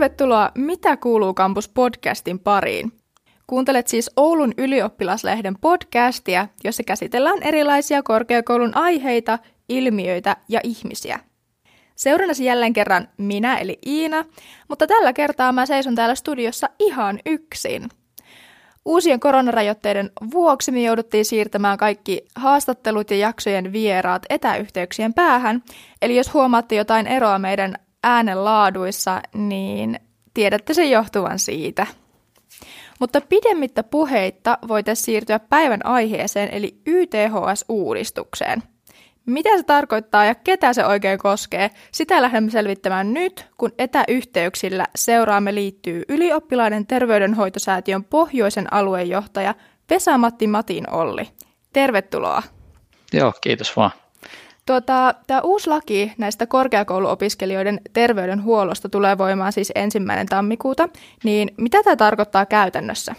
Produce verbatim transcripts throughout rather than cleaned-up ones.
Tervetuloa Mitä kuuluu Campus-podcastin pariin. Kuuntelet siis Oulun ylioppilaslehden podcastia, jossa käsitellään erilaisia korkeakoulun aiheita, ilmiöitä ja ihmisiä. Seurannasi jälleen kerran minä eli Iina, mutta tällä kertaa mä seison täällä studiossa ihan yksin. Uusien koronarajoitteiden vuoksi me jouduttiin siirtämään kaikki haastattelut ja jaksojen vieraat etäyhteyksien päähän, eli jos huomaatte jotain eroa meidän äänenlaaduissa, niin tiedätte sen johtuvan siitä. Mutta pidemmittä puheitta voitaisiin siirtyä päivän aiheeseen, eli Y T H S-uudistukseen. Mitä se tarkoittaa ja ketä se oikein koskee, sitä lähdemme selvittämään nyt, kun etäyhteyksillä seuraamme liittyy Ylioppilaiden terveydenhoitosäätiön pohjoisen aluejohtaja Vesa-Matti Matin Olli. Tervetuloa. Joo, kiitos vaan. Tuota, tämä uusi laki näistä korkeakouluopiskelijoiden terveydenhuollosta tulee voimaan siis ensimmäinen tammikuuta, niin mitä tämä tarkoittaa käytännössä?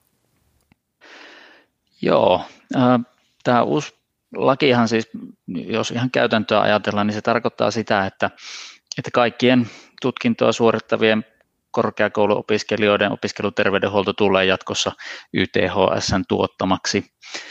Joo, äh, tämä uusi lakihan siis, jos ihan käytäntöä ajatellaan, niin se tarkoittaa sitä, että, että kaikkien tutkintoa suorittavien korkeakouluopiskelijoiden opiskeluterveydenhuolto tulee jatkossa Y T H S:n tuottamaksi.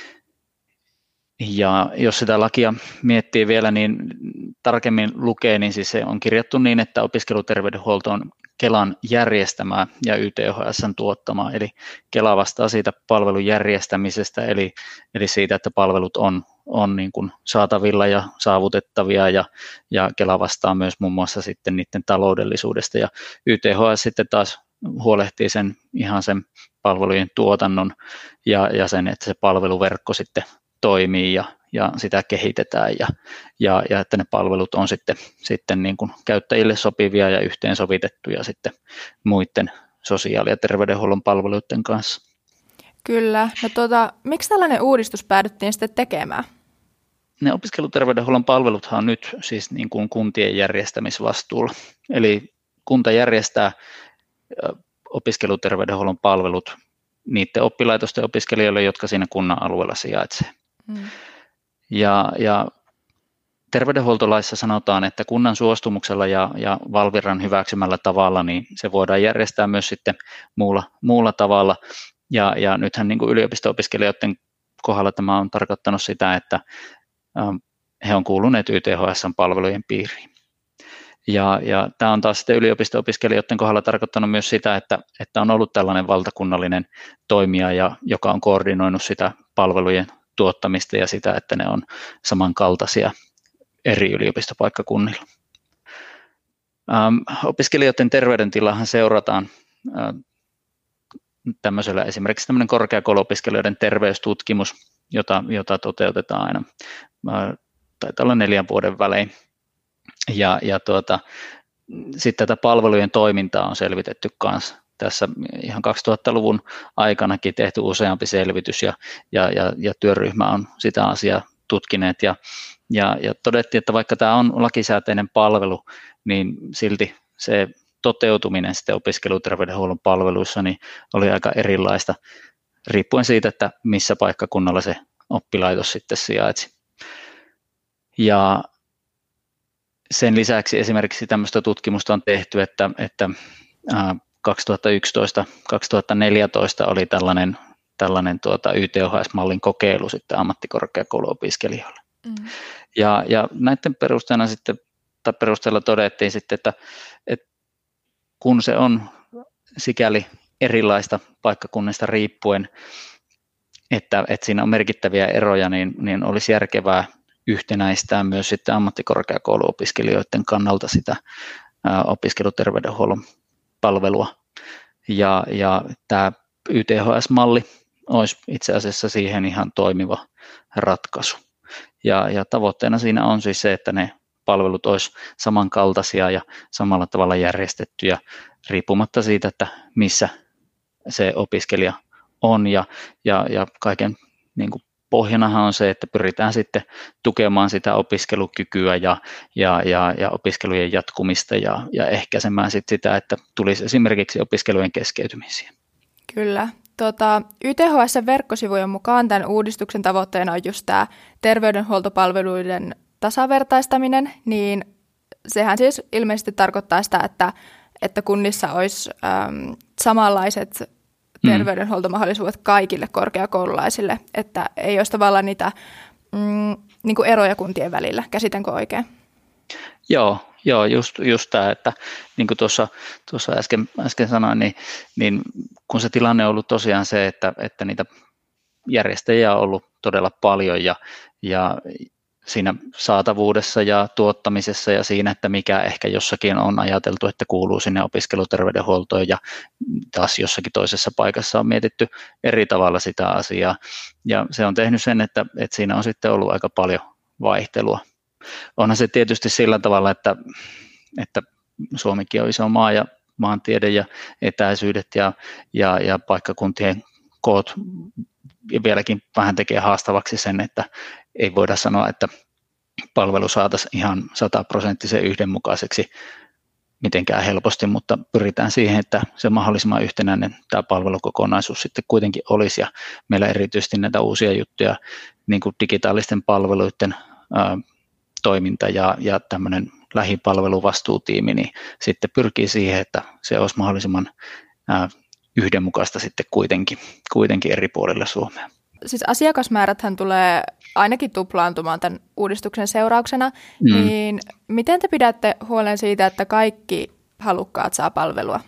Ja jos sitä lakia miettii vielä, niin tarkemmin lukee, niin siis se on kirjattu niin, että opiskeluterveydenhuolto on Kelan järjestämää ja Y T H S:n tuottamaa, eli Kela vastaa siitä palvelun järjestämisestä, eli, eli siitä, että palvelut on, on niin kuin saatavilla ja saavutettavia, ja, ja Kela vastaa myös muun muassa sitten niiden taloudellisuudesta, ja Y T H S sitten taas huolehtii sen ihan sen palvelujen tuotannon ja, ja sen, että se palveluverkko sitten toimii ja, ja sitä kehitetään ja, ja, ja että ne palvelut on sitten, sitten niin kuin käyttäjille sopivia ja yhteensovitettuja sitten muiden sosiaali- ja terveydenhuollon palveluiden kanssa. Kyllä. No tuota, miksi tällainen uudistus päädyttiin sitten tekemään? Ne opiskeluterveydenhuollon palveluthan on nyt siis niin kuin kuntien järjestämisvastuulla. Eli kunta järjestää opiskeluterveydenhuollon palvelut niiden oppilaitosten opiskelijoille, jotka siinä kunnan alueella sijaitsee. Hmm. Ja, ja terveydenhuoltolaissa sanotaan, että kunnan suostumuksella ja, ja Valviran hyväksymällä tavalla, niin se voidaan järjestää myös sitten muulla, muulla tavalla. Ja, ja nythän niin kuin yliopisto-opiskelijoiden kohdalla tämä on tarkoittanut sitä, että ähm, he on kuuluneet Y T H S:n palvelujen piiriin. Ja, ja tämä on taas sitten yliopisto-opiskelijoiden kohdalla tarkoittanut myös sitä, että, että on ollut tällainen valtakunnallinen toimija, ja, joka on koordinoinut sitä palvelujen tuottamista ja sitä, että ne on samankaltaisia eri yliopistopaikkakunnilla. Ähm, opiskelijoiden terveydentilahan seurataan äh, tämmöisellä esimerkiksi tämmöinen korkeakouluopiskelijoiden terveystutkimus, jota, jota toteutetaan aina, äh, taitaa olla neljän vuoden välein. Ja, ja tuota, sitten tätä palvelujen toimintaa on selvitetty kanssa. Tässä ihan kaksituhattaluvun aikanakin tehty useampi selvitys ja, ja, ja, ja työryhmä on sitä asiaa tutkineet ja, ja, ja todettiin, että vaikka tämä on lakisääteinen palvelu, niin silti se toteutuminen sitten opiskeluterveydenhuollon palveluissa niin oli aika erilaista riippuen siitä, että missä paikkakunnalla se oppilaitos sitten sijaitsi. Ja sen lisäksi esimerkiksi tämmöistä tutkimusta on tehty, että, että ää, kaksituhattayksitoista kaksituhattaneljätoista oli tällainen, tällainen tuota Y T H S-mallin kokeilu sitten ammattikorkeakouluopiskelijoille. Mm. Ja, ja näiden perusteella sitten, tai perusteella todettiin sitten, että, että kun se on sikäli erilaista paikkakunnista riippuen, että, että siinä on merkittäviä eroja, niin, niin olisi järkevää yhtenäistää myös sitten ammattikorkeakouluopiskelijoiden kannalta sitä ää, opiskeluterveydenhuollon palvelua. Ja, ja tämä Y T H S-malli olisi itse asiassa siihen ihan toimiva ratkaisu. Ja, ja tavoitteena siinä on siis se, että ne palvelut olisi samankaltaisia ja samalla tavalla järjestettyjä riippumatta siitä, että missä se opiskelija on. Ja, ja, ja kaiken niin kuin pohjanahan on se, että pyritään sitten tukemaan sitä opiskelukykyä ja, ja, ja, ja opiskelujen jatkumista ja, ja ehkäisemään sit sitä, että tulisi esimerkiksi opiskelujen keskeytymisiä. Kyllä. Tuota, Y T H S-verkkosivujen mukaan tämän uudistuksen tavoitteena on just tämä terveydenhuoltopalveluiden tasavertaistaminen, niin sehän siis ilmeisesti tarkoittaa sitä, että että kunnissa olisi äm, samanlaiset terveydenhuoltomahdollisuudet kaikille korkeakoululaisille, että ei olisi tavallaan niitä mm, niin kuin eroja kuntien välillä. Käsitänkö oikein? Joo, joo just, just tämä, että niin kuin tuossa, tuossa äsken, äsken sanoin, niin, niin kun se tilanne on ollut tosiaan se, että, että niitä järjestäjiä on ollut todella paljon ja, ja siinä saatavuudessa ja tuottamisessa ja siinä, että mikä ehkä jossakin on ajateltu, että kuuluu sinne opiskeluterveydenhuoltoon ja taas jossakin toisessa paikassa on mietitty eri tavalla sitä asiaa. Ja se on tehnyt sen, että, että siinä on sitten ollut aika paljon vaihtelua. Onhan se tietysti sillä tavalla, että, että Suomikin on iso maa ja maantiede ja etäisyydet ja, ja, ja paikkakuntien koot vieläkin vähän tekee haastavaksi sen, että ei voida sanoa, että palvelu saataisiin ihan sataprosenttisen yhdenmukaiseksi mitenkään helposti, mutta pyritään siihen, että se mahdollisimman yhtenäinen tämä palvelukokonaisuus sitten kuitenkin olisi, ja meillä erityisesti näitä uusia juttuja, niin kuin digitaalisten palveluiden ää, toiminta ja, ja tämmöinen lähipalveluvastuutiimi, niin sitten pyrkii siihen, että se olisi mahdollisimman ää, yhdenmukaista sitten kuitenkin, kuitenkin eri puolilla Suomea. Siis asiakasmääräthän tulee ainakin tuplaantumaan tämän uudistuksen seurauksena, mm. niin miten te pidätte huolen siitä, että kaikki halukkaat saa palvelua?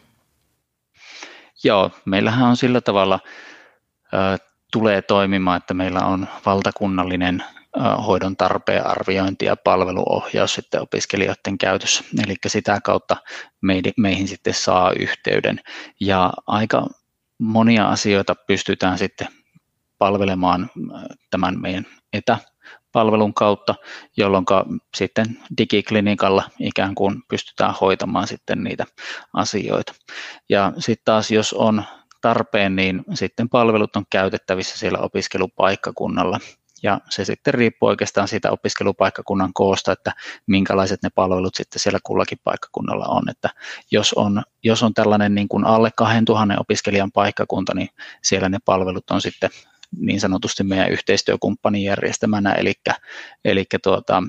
Joo, meillähän on sillä tavalla, äh, tulee toimimaan, että meillä on valtakunnallinen äh, hoidon tarpeen arviointi ja palveluohjaus sitten opiskelijoiden käytössä, eli sitä kautta meihin, meihin sitten saa yhteyden, ja aika monia asioita pystytään sitten palvelemaan tämän meidän etäpalvelun kautta, jolloin sitten digiklinikalla ikään kuin pystytään hoitamaan sitten niitä asioita. Ja sitten taas jos on tarpeen, niin sitten palvelut on käytettävissä siellä opiskelupaikkakunnalla. Ja se sitten riippuu oikeastaan siitä opiskelupaikkakunnan koosta, että minkälaiset ne palvelut sitten siellä kullakin paikkakunnalla on. Että jos on, jos on tällainen niin kuin alle kaksituhatta opiskelijan paikkakunta, niin siellä ne palvelut on sitten niin sanotusti meidän yhteistyökumppanin järjestämänä, eli, eli tuota,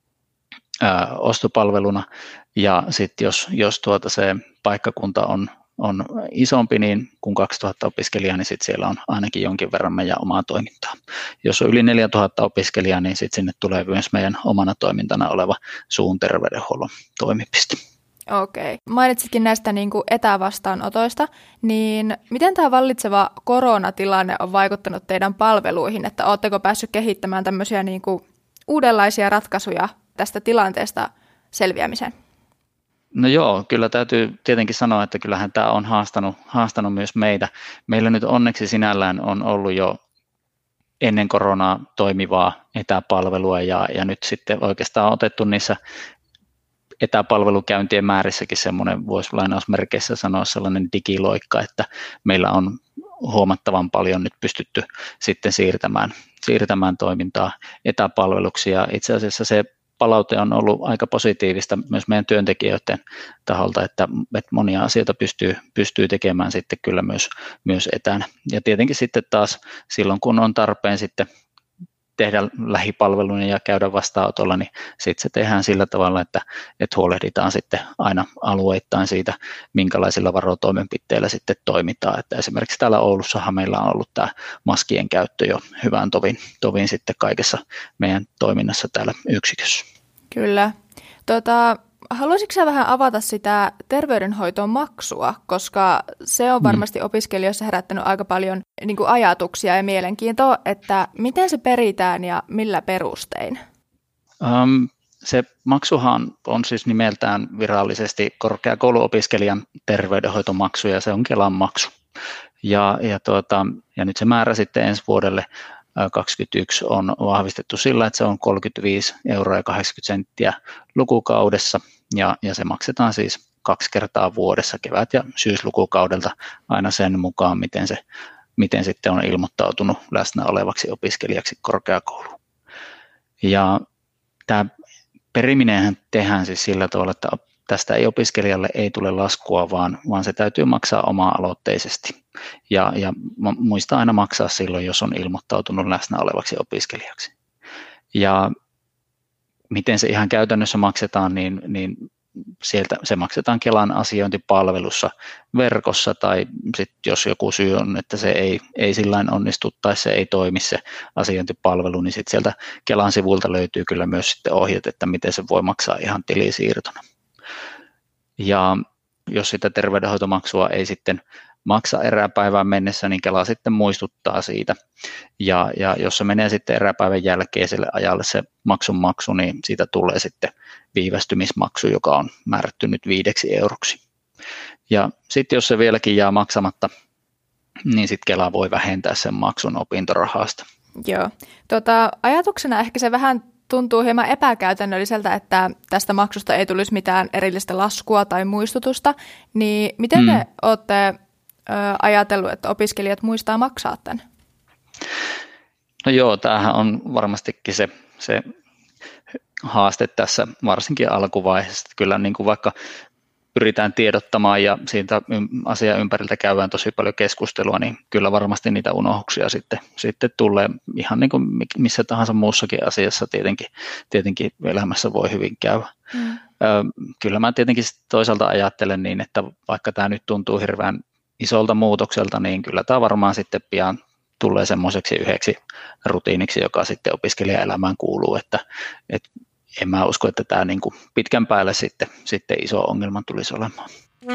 ää, ostopalveluna. Ja sitten jos, jos tuota se paikkakunta on, on isompi niin kuin kaksituhatta opiskelijaa, niin sitten siellä on ainakin jonkin verran meidän omaa toimintaa. Jos on yli neljätuhatta opiskelijaa, niin sitten sinne tulee myös meidän omana toimintana oleva suun terveydenhuollon toimipiste. Okei. Mainitsitkin näistä niin kuin etävastaanotoista, niin miten tämä vallitseva koronatilanne on vaikuttanut teidän palveluihin, että oletteko päässyt kehittämään tämmöisiä niin kuin uudenlaisia ratkaisuja tästä tilanteesta selviämiseen? No joo, kyllä täytyy tietenkin sanoa, että kyllähän tämä on haastanut, haastanut myös meitä. Meillä nyt onneksi sinällään on ollut jo ennen koronaa toimivaa etäpalvelua ja, ja nyt sitten oikeastaan on otettu niissä etäpalvelukäyntien määrissäkin semmoinen, voisi lainausmerkeissä sanoa sellainen digiloikka, että meillä on huomattavan paljon nyt pystytty sitten siirtämään, siirtämään toimintaa etäpalveluksi, ja itse asiassa se palaute on ollut aika positiivista myös meidän työntekijöiden taholta, että, että monia asioita pystyy, pystyy tekemään sitten kyllä myös, myös etänä. Ja tietenkin sitten taas silloin, kun on tarpeen sitten tehdä lähipalvelun ja käydä vastaanotolla, niin sitten se tehdään sillä tavalla, että, että huolehditaan sitten aina alueittain siitä, minkälaisilla varotoimenpiteillä sitten toimitaan. Että esimerkiksi täällä Oulussahan meillä on ollut tämä maskien käyttö jo hyvän tovin, tovin sitten kaikessa meidän toiminnassa täällä yksikössä. Kyllä. Tota, haluaisitko sä vähän avata sitä terveydenhoitoon maksua, koska se on varmasti mm. opiskelijoissa herättänyt aika paljon niin kuin ajatuksia ja mielenkiintoa, että miten se peritään ja millä perustein? Um, se maksuhan on siis nimeltään virallisesti korkeakouluopiskelijan terveydenhoitomaksu, ja se on Kelan maksu. Ja, ja, tuota, ja nyt se määrä sitten ensi vuodelle kaksikymmentäyksi on vahvistettu sillä, että se on kolmekymmentäviisi euroa ja kahdeksankymmentä senttiä lukukaudessa, ja, ja se maksetaan siis kaksi kertaa vuodessa, kevät- ja syyslukukaudelta aina sen mukaan, miten, se, miten sitten on ilmoittautunut läsnä olevaksi opiskelijaksi korkeakouluun. Ja tämä periminenhän tehdään siis sillä tavalla, että tästä ei opiskelijalle ei tule laskua, vaan, vaan se täytyy maksaa oma-aloitteisesti. Ja, ja muista aina maksaa silloin, jos on ilmoittautunut läsnä olevaksi opiskelijaksi. Ja miten se ihan käytännössä maksetaan, niin, niin sieltä se maksetaan Kelan asiointipalvelussa verkossa, tai sitten jos joku syy on, että se ei, ei sillain onnistu tai se ei toimi se asiointipalvelu, niin sitten sieltä Kelan sivulta löytyy kyllä myös sitten ohjeet, että miten se voi maksaa ihan tilisiirtona. Ja jos sitä terveydenhoitomaksua ei sitten maksa eräpäivään mennessä, niin Kela sitten muistuttaa siitä. Ja, ja jos se menee sitten eräpäivän jälkeiselle ajalle se maksun maksu, niin siitä tulee sitten viivästymismaksu, joka on määrätty nyt viideksi euroksi. Ja sitten jos se vieläkin jää maksamatta, niin sitten Kela voi vähentää sen maksun opintorahasta. Joo. Tuota, ajatuksena ehkä se vähän tuntuu hieman epäkäytännölliseltä, että tästä maksusta ei tulisi mitään erillistä laskua tai muistutusta, niin miten te mm. olette ajatellut, että opiskelijat muistaa maksaa tämän? No joo, tämähän on varmastikin se, se haaste tässä varsinkin alkuvaiheessa. Kyllä niin kuin vaikka pyritään tiedottamaan ja siitä asian ympäriltä käydään tosi paljon keskustelua, niin kyllä varmasti niitä unohduksia sitten, sitten tulee ihan niin kuin missä tahansa muussakin asiassa tietenkin, tietenkin elämässä voi hyvin käydä. Mm. Kyllä mä tietenkin toisaalta ajattelen niin, että vaikka tämä nyt tuntuu hirveän isolta muutokselta, niin kyllä tämä varmaan sitten pian tulee semmoiseksi yhdeksi rutiiniksi, joka sitten opiskelijaelämään kuuluu, että, että en mä usko, että tämä niin kuin pitkän päälle sitten, sitten iso ongelma tulisi olemaan.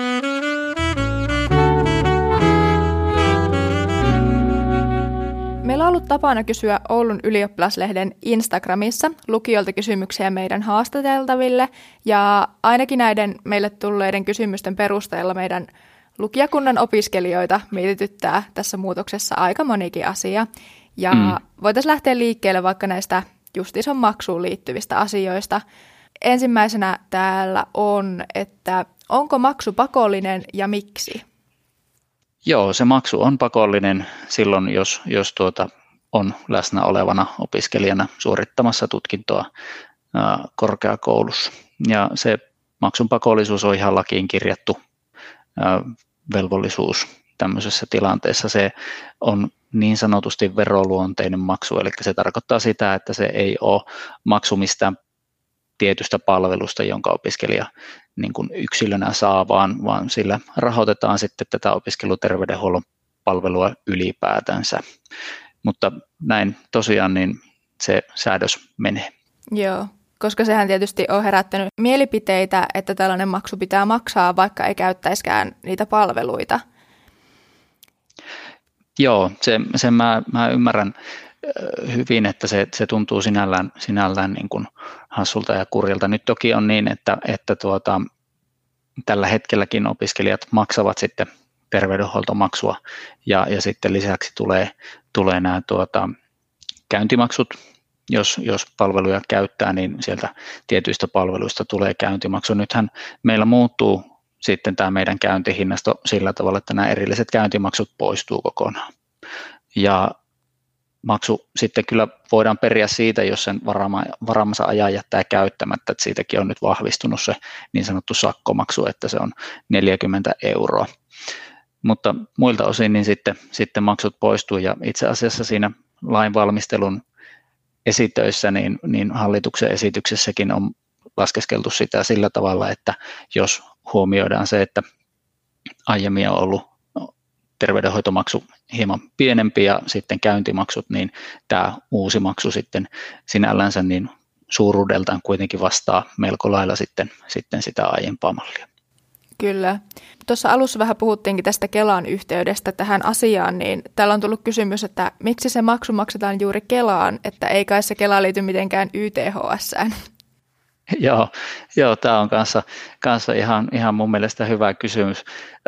Meillä on ollut tapana kysyä Oulun ylioppilaslehden Instagramissa lukijoilta kysymyksiä meidän haastateltaville, ja ainakin näiden meille tulleiden kysymysten perusteella meidän lukijakunnan opiskelijoita mietityttää tässä muutoksessa aika monikin asia. Ja mm. voitaisiin lähteä liikkeelle vaikka näistä just ison maksuun liittyvistä asioista. Ensimmäisenä täällä on, että onko maksu pakollinen ja miksi? Joo, se maksu on pakollinen silloin, jos, jos tuota on läsnä olevana opiskelijana suorittamassa tutkintoa ää, korkeakoulussa. Ja se maksun pakollisuus on ihan lakiin kirjattu ää, velvollisuus tämmöisessä tilanteessa. Se on niin sanotusti veroluonteinen maksu, eli se tarkoittaa sitä, että se ei ole maksu mistään tietystä palvelusta, jonka opiskelija niin kuin yksilönä saa, vaan, vaan sillä rahoitetaan sitten tätä opiskeluterveydenhuollon palvelua ylipäätänsä. Mutta näin tosiaan niin se säädös menee. Joo, koska sehän tietysti on herättänyt mielipiteitä, että tällainen maksu pitää maksaa, vaikka ei käyttäisikään niitä palveluita. Joo, se, sen mä, mä ymmärrän hyvin, että se, se tuntuu sinällään, sinällään niin kuin hassulta ja kurjalta. Nyt toki on niin, että, että tuota, tällä hetkelläkin opiskelijat maksavat sitten terveydenhuoltomaksua ja, ja sitten lisäksi tulee, tulee nämä tuota, käyntimaksut. Jos, jos palveluja käyttää, niin sieltä tietyistä palveluista tulee käyntimaksu. Nythän meillä muuttuu sitten tämä meidän käyntihinnasto sillä tavalla, että nämä erilliset käyntimaksut poistuu kokonaan. Ja maksu sitten kyllä voidaan periä siitä, jos sen varaama, varaamansa ajan jättää käyttämättä, että siitäkin on nyt vahvistunut se niin sanottu sakkomaksu, että se on neljäkymmentä euroa. Mutta muilta osin niin sitten, sitten maksut poistuu ja itse asiassa siinä lainvalmistelun esitöissä, niin, niin hallituksen esityksessäkin on laskeskeltu sitä sillä tavalla, että jos huomioidaan se, että aiemmin on ollut terveydenhoitomaksu hieman pienempi ja sitten käyntimaksut, niin tämä uusi maksu sitten sinällänsä niin suuruudeltaan kuitenkin vastaa melko lailla sitten, sitten sitä aiempaa mallia. Kyllä. Tuossa alussa vähän puhuttiinkin tästä Kelan yhteydestä tähän asiaan, niin täällä on tullut kysymys, että miksi se maksu maksetaan juuri Kelaan, että ei kai se Kela liity mitenkään Y T H S:ään. Joo, joo tämä on kanssa, kanssa ihan, ihan mun mielestä hyvä kysymys.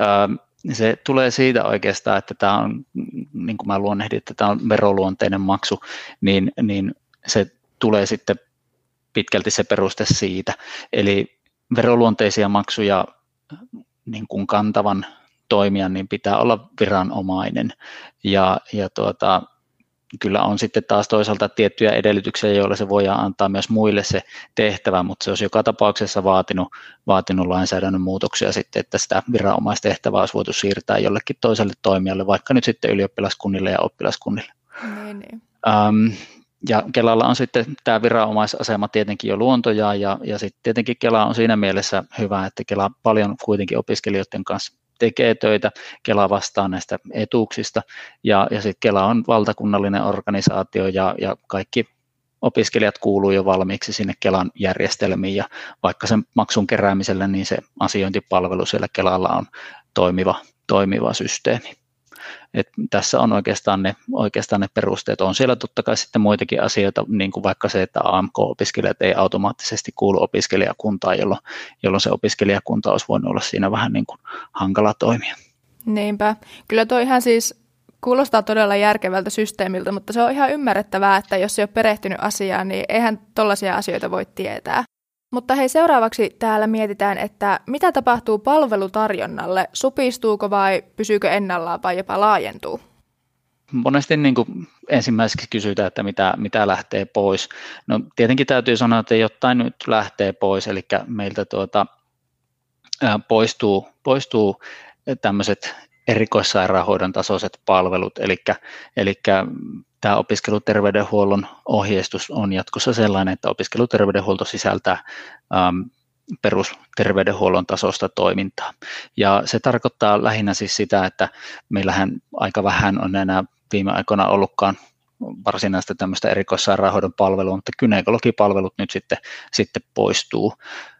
Se tulee siitä oikeastaan, että tämä on, niin kuin mä luonnehdin, että tämä on veroluonteinen maksu, niin, niin se tulee sitten pitkälti se peruste siitä. Eli veroluonteisia maksuja niin kuin kantavan toimijan niin pitää olla viranomainen ja, ja tuota, kyllä on sitten taas toisaalta tiettyjä edellytyksiä, joilla se voidaan antaa myös muille se tehtävä, mutta se olisi joka tapauksessa vaatinut, vaatinut lainsäädännön muutoksia sitten, että sitä viranomaistehtävää olisi voitu siirtää jollekin toiselle toimijalle, vaikka nyt sitten ylioppilaskunnille ja oppilaskunnille. Niin, niin. Ähm, ja Kelalla on sitten tämä viranomaisasema tietenkin jo luontojaan, ja, ja sitten tietenkin Kela on siinä mielessä hyvä, että Kela paljon kuitenkin opiskelijoiden kanssa tekee töitä, Kela vastaa näistä etuuksista, ja, ja sitten Kela on valtakunnallinen organisaatio, ja, ja kaikki opiskelijat kuuluu jo valmiiksi sinne Kelan järjestelmiin, ja vaikka sen maksun keräämisellä, niin se asiointipalvelu siellä Kelalla on toimiva, toimiva systeemi. Et tässä on oikeastaan ne, oikeastaan ne perusteet. On siellä totta kai sitten muitakin asioita, niin kuin vaikka se, että A M K-opiskelijat ei automaattisesti kuulu opiskelijakuntaan, jolloin, jolloin se opiskelijakunta olisi voinut olla siinä vähän niin kuin hankala toimia. Niinpä. Kyllä tuo ihan siis kuulostaa todella järkevältä systeemiltä, mutta se on ihan ymmärrettävää, että jos ei ole perehtynyt asiaan, niin eihän tollaisia asioita voi tietää. Mutta hei, seuraavaksi täällä mietitään, että mitä tapahtuu palvelutarjonnalle? Supistuuko vai pysyykö ennallaan vai jopa laajentuu? Monesti niin kuin ensimmäiseksi kysytään, että mitä, mitä lähtee pois. No tietenkin täytyy sanoa, että jotain nyt lähtee pois, eli meiltä tuota, ää, poistuu, poistuu tämmöiset erikoissairaanhoidon tasoiset palvelut, eli, eli tämä opiskeluterveydenhuollon ohjeistus on jatkossa sellainen, että opiskeluterveydenhuolto sisältää äm, perusterveydenhuollon tasosta toimintaa. Ja se tarkoittaa lähinnä siis sitä, että meillähän aika vähän on enää viime aikoina ollutkaan varsinaista tämmöistä erikoissairaanhoidon palvelua, mutta gynekologipalvelut nyt sitten, sitten poistuu.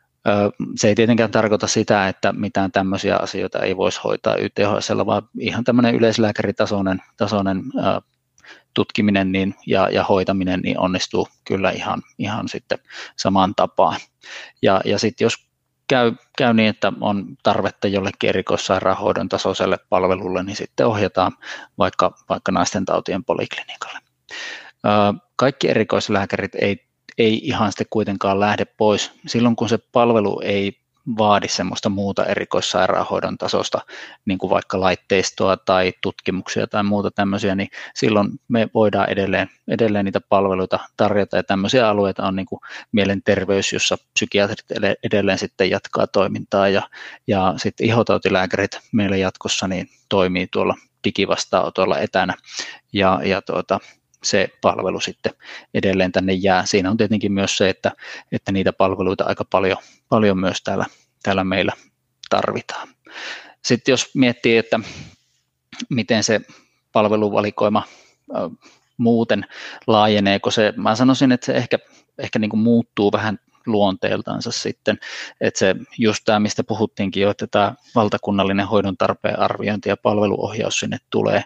Se ei tietenkään tarkoita sitä, että mitään tämmöisiä asioita ei voisi hoitaa Y T H S:llä, vaan ihan tämmöinen yleislääkäritasoinen tasoinen, ää, tutkiminen niin, ja, ja hoitaminen niin onnistuu kyllä ihan, ihan sitten samaan tapaan. Ja, ja sitten jos käy, käy niin, että on tarvetta jollekin erikoissairaanhoidon tasoiselle palvelulle, niin sitten ohjataan vaikka, vaikka naisten tautien poliklinikalle. Ää, kaikki erikoislääkärit ei ei ihan sitten kuitenkaan lähde pois. Silloin kun se palvelu ei vaadi semmoista muuta erikoissairaanhoidon tasosta, niin kuin vaikka laitteistoa tai tutkimuksia tai muuta tämmöisiä, niin silloin me voidaan edelleen, edelleen niitä palveluita tarjota. Ja tämmöisiä alueita on niin kuin mielenterveys, jossa psykiatrit edelleen sitten jatkaa toimintaa, ja, ja sitten ihotautilääkärit meillä jatkossa niin toimii tuolla digivastaanotolla etänä, ja, ja tuota, se palvelu sitten edelleen tänne jää. Siinä on tietenkin myös se, että, että niitä palveluita aika paljon, paljon myös täällä, täällä meillä tarvitaan. Sitten jos miettii, että miten se palveluvalikoima äh, muuten laajeneeko se, mä sanoisin, että se ehkä, ehkä niin kuin muuttuu vähän luonteeltansa sitten, että se just tämä, mistä puhuttiinkin jo, että tämä valtakunnallinen hoidon tarpeen arviointi ja palveluohjaus sinne tulee,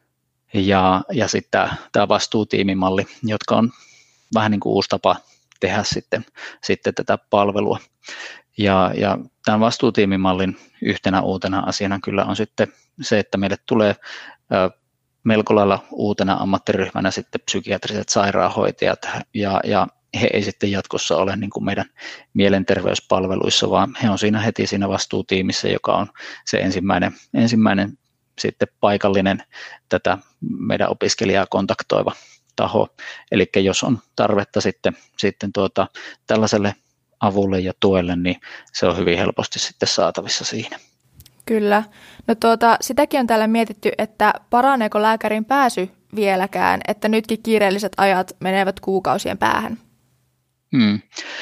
ja, ja sitten tämä, tämä vastuutiimimalli, jotka on vähän niin kuin uusi tapa tehdä sitten, sitten tätä palvelua. Ja, ja tämän vastuutiimimallin yhtenä uutena asiana kyllä on sitten se, että meille tulee ä, melko lailla uutena ammattiryhmänä sitten psykiatriset sairaanhoitajat, ja, ja he ei sitten jatkossa ole niin kuin meidän mielenterveyspalveluissa, vaan he on siinä heti siinä vastuutiimissä, joka on se ensimmäinen, ensimmäinen sitten paikallinen tätä meidän opiskelijaa kontaktoiva taho. Eli jos on tarvetta sitten, sitten tuota, tällaiselle avulle ja tuelle, niin se on hyvin helposti sitten saatavissa siinä. Kyllä. No tuota, sitäkin on täällä mietitty, että paraneeko lääkärin pääsy vieläkään, että nytkin kiireelliset ajat menevät kuukausien päähän. Hmm.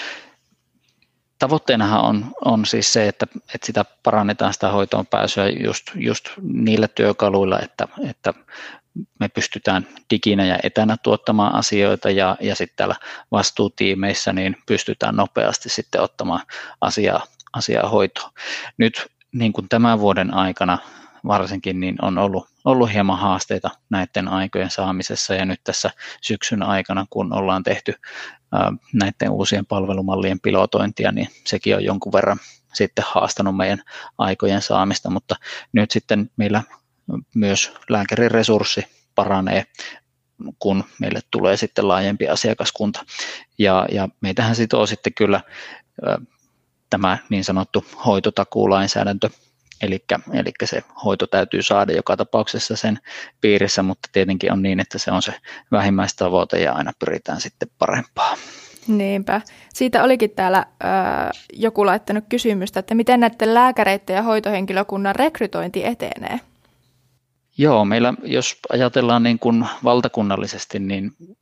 Tavoitteenahan on, on siis se, että, että sitä parannetaan sitä hoitoon pääsyä just, just niillä työkaluilla, että, että me pystytään diginä ja etänä tuottamaan asioita, ja, ja sitten täällä vastuutiimeissä niin pystytään nopeasti sitten ottamaan asiaa, asiaa hoitoon. Nyt niin kuin tämän vuoden aikana varsinkin niin on ollut, ollut hieman haasteita näiden aikojen saamisessa, ja nyt tässä syksyn aikana, kun ollaan tehty ää, näiden uusien palvelumallien pilotointia, niin sekin on jonkun verran sitten haastanut meidän aikojen saamista, mutta nyt sitten meillä myös lääkärin resurssi paranee, kun meille tulee sitten laajempi asiakaskunta, ja, ja meitähän sitoo sitten kyllä ää, tämä niin sanottu hoitotakuulainsäädäntö, Eli, eli se hoito täytyy saada joka tapauksessa sen piirissä, mutta tietenkin on niin, että se on se vähimmäistavoite ja aina pyritään sitten parempaan. Niinpä. Siitä olikin täällä ö, joku laittanut kysymystä, että miten näiden lääkäreiden ja hoitohenkilökunnan rekrytointi etenee? Joo, meillä jos ajatellaan niin kuin valtakunnallisesti, niin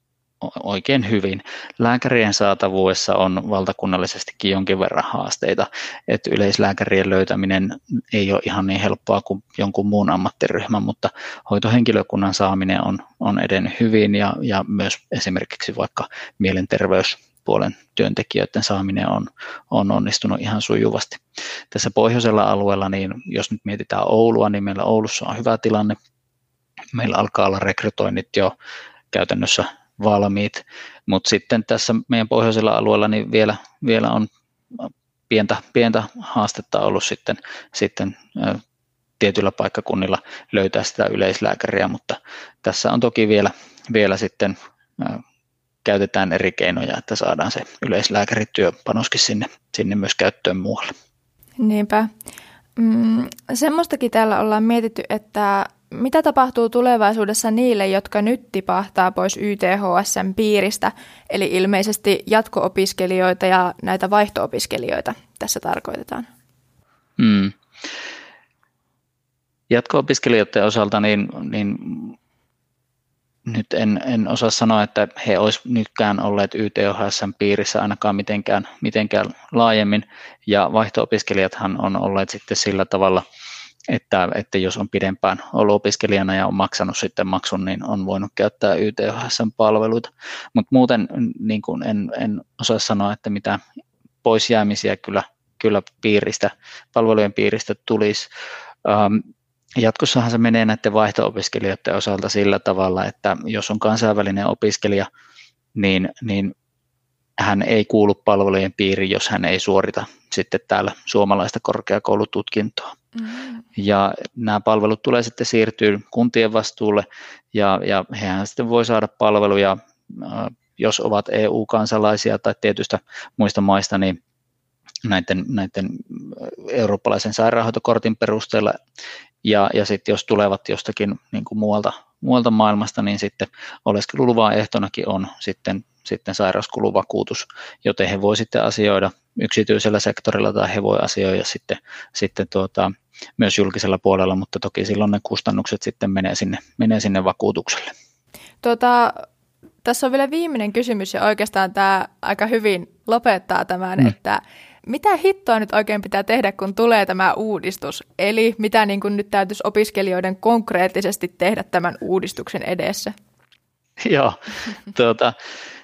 oikein hyvin. Lääkärien saatavuudessa on valtakunnallisestikin jonkin verran haasteita, että yleislääkärien löytäminen ei ole ihan niin helppoa kuin jonkun muun ammattiryhmän, mutta hoitohenkilökunnan saaminen on, on edennyt hyvin ja, ja myös esimerkiksi vaikka mielenterveyspuolen työntekijöiden saaminen on, on onnistunut ihan sujuvasti. Tässä pohjoisella alueella, niin jos nyt mietitään Oulua, niin meillä Oulussa on hyvä tilanne. Meillä alkaa olla rekrytoinnit jo käytännössä valmiit, mutta sitten tässä meidän pohjoisella alueella niin vielä, vielä on pientä, pientä haastetta ollut sitten, sitten ä, tietyillä paikkakunnilla löytää sitä yleislääkäriä, mutta tässä on toki vielä, vielä sitten ä, käytetään eri keinoja, että saadaan se yleislääkärityöpanoskin sinne, sinne myös käyttöön muualle. Niinpä. Mm, semmoistakin täällä ollaan mietitty, että mitä tapahtuu tulevaisuudessa niille, jotka nyt tipahtaa pois Y T H S:n piiristä, eli ilmeisesti jatko-opiskelijoita ja näitä vaihto-opiskelijoita tässä tarkoitetaan? Mm. Jatko-opiskelijoiden osalta niin, niin nyt en, en osaa sanoa, että he olisivat nytkään olleet Y T H S:n piirissä ainakaan mitenkään, mitenkään laajemmin, ja vaihto-opiskelijathan on olleet sitten sillä tavalla, Että, että jos on pidempään ollut opiskelijana ja on maksanut sitten maksun, niin on voinut käyttää Y T H S:n palveluita. Mutta muuten niin kun en, en osaa sanoa, että mitä poisjäämisiä kyllä, kyllä piiristä, palvelujen piiristä tulisi. Ähm, jatkossahan se menee näiden vaihto-opiskelijoiden osalta sillä tavalla, että jos on kansainvälinen opiskelija, niin, niin hän ei kuulu palvelujen piiriin, jos hän ei suorita sitten täällä suomalaista korkeakoulututkintoa. Mm-hmm. Ja nämä palvelut tulee sitten siirtyä kuntien vastuulle ja, ja hehän sitten voi saada palveluja, jos ovat E U-kansalaisia tai tietystä muista maista, niin näiden, näiden eurooppalaisen sairaanhoitokortin perusteella. Ja, ja sitten jos tulevat jostakin niin kuin muualta, muualta maailmasta, niin sitten oleskeluluvan ehtonakin on sitten, sitten sairauskuluvakuutus, joten he voi sitten asioida yksityisellä sektorilla tai he voi asioida sitten, sitten tuota, myös julkisella puolella, mutta toki silloin ne kustannukset sitten menee sinne, menee sinne vakuutukselle. Tuota, tässä on vielä viimeinen kysymys ja oikeastaan tämä aika hyvin lopettaa tämän, mm. että mitä hittoa nyt oikein pitää tehdä, kun tulee tämä uudistus? Eli mitä niin kuin nyt täytyisi opiskelijoiden konkreettisesti tehdä tämän uudistuksen edessä? Joo, tuota,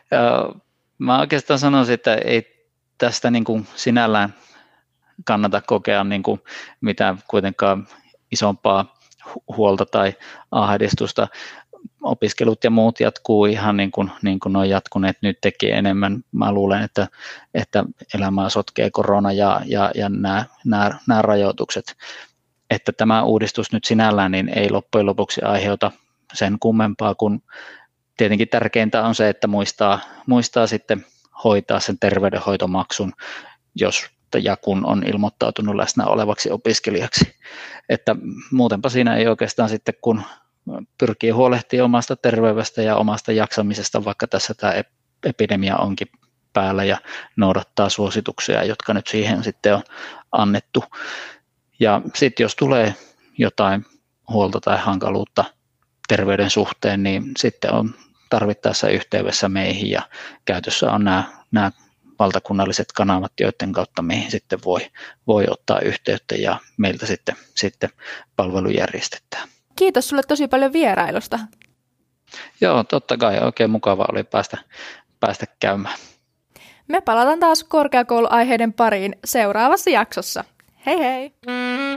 mä oikeastaan sanoisin, että ei tästä niin kuin sinällään kannata kokea niin kuin mitään kuitenkaan isompaa huolta tai ahdistusta. Opiskelut ja muut jatkuu ihan niin kuin, niin kuin ne on jatkuneet nyt tekee enemmän. Mä luulen, että, että elämää sotkee korona ja, ja, ja nämä, nämä, nämä rajoitukset. Että tämä uudistus nyt sinällään niin ei loppujen lopuksi aiheuta sen kummempaa, kun tietenkin tärkeintä on se, että muistaa, muistaa sitten hoitaa sen terveydenhoitomaksun, jos ja kun on ilmoittautunut läsnä olevaksi opiskelijaksi. Että muutenpa siinä ei oikeastaan sitten, kun pyrkii huolehtimaan omasta terveydestä ja omasta jaksamisesta, vaikka tässä tämä epidemia onkin päällä ja noudattaa suosituksia, jotka nyt siihen sitten on annettu. Ja sitten jos tulee jotain huolta tai hankaluutta terveyden suhteen, niin sitten on tarvittaessa yhteydessä meihin ja käytössä on nämä, nämä valtakunnalliset kanavat, joiden kautta meihin sitten voi, voi ottaa yhteyttä ja meiltä sitten, sitten palvelu järjestetään. Kiitos sulle tosi paljon vierailusta. Joo, totta kai. Oikein mukava oli päästä, päästä käymään. Me palataan taas korkeakouluaiheiden pariin seuraavassa jaksossa. Hei hei!